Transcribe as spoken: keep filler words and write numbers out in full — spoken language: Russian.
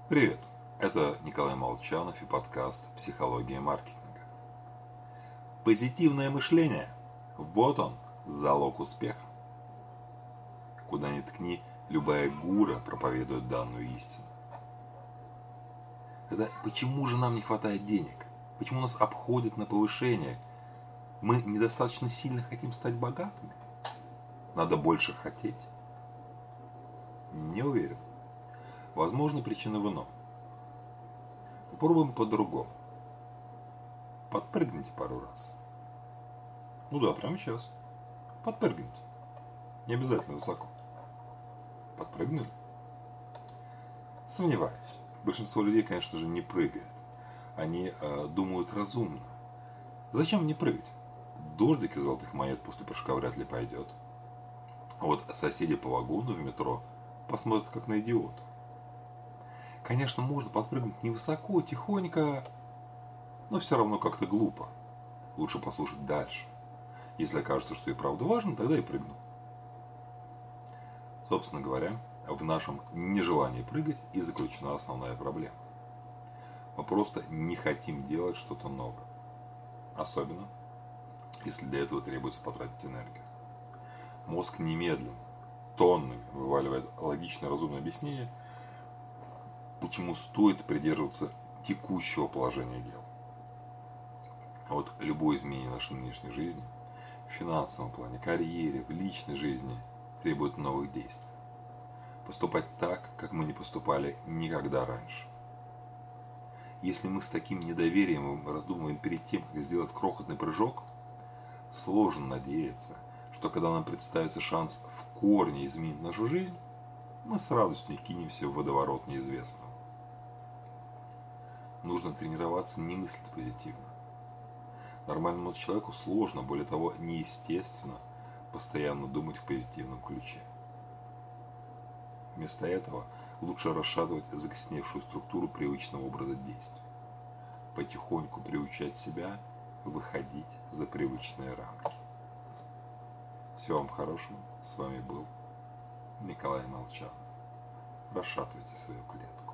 Привет! Это Николай Молчанов и подкаст «Психология маркетинга». Позитивное мышление– вот он, залог успеха. Куда ни ткни, любая гура проповедует данную истину. Тогда почему же нам не хватает денег? Почему нас обходят на повышение? Мы недостаточно сильно хотим стать богатыми? Надо больше хотеть? Не уверен. Возможно, причина в ином. Попробуем по-другому. Подпрыгните пару раз. Ну да, прямо сейчас. Подпрыгните. Не обязательно высоко. Подпрыгнули? Сомневаюсь. Большинство людей, конечно же, не прыгает. Они э, думают разумно. Зачем мне прыгать? Дождик из золотых монет после прыжка вряд ли пойдет. А вот соседи по вагону в метро посмотрят как на идиота. Конечно, можно подпрыгнуть невысоко, тихонько, но все равно как-то глупо. Лучше послушать дальше. Если окажется, что и правда важно, тогда и прыгну. Собственно говоря, в нашем нежелании прыгать и заключена основная проблема. Мы просто не хотим делать что-то новое. Особенно, если для этого требуется потратить энергию. Мозг немедленно, тоннами вываливает логичное разумное объяснение, почему стоит придерживаться текущего положения дел. А вот любое изменение нашей нынешней жизни, в финансовом плане, карьере, в личной жизни, требует новых действий. Поступать так, как мы не поступали никогда раньше. Если мы с таким недоверием раздумываем перед тем, как сделать крохотный прыжок, сложно надеяться, что когда нам представится шанс в корне изменить нашу жизнь, мы с радостью кинемся в водоворот неизвестного. Нужно тренироваться не мыслить позитивно. Нормальному человеку сложно, более того, неестественно постоянно думать в позитивном ключе. Вместо этого лучше расшатывать закосневшую структуру привычного образа действий. Потихоньку приучать себя выходить за привычные рамки. Всего вам хорошего. С вами был Николай Молчанов. Расшатывайте свою клетку.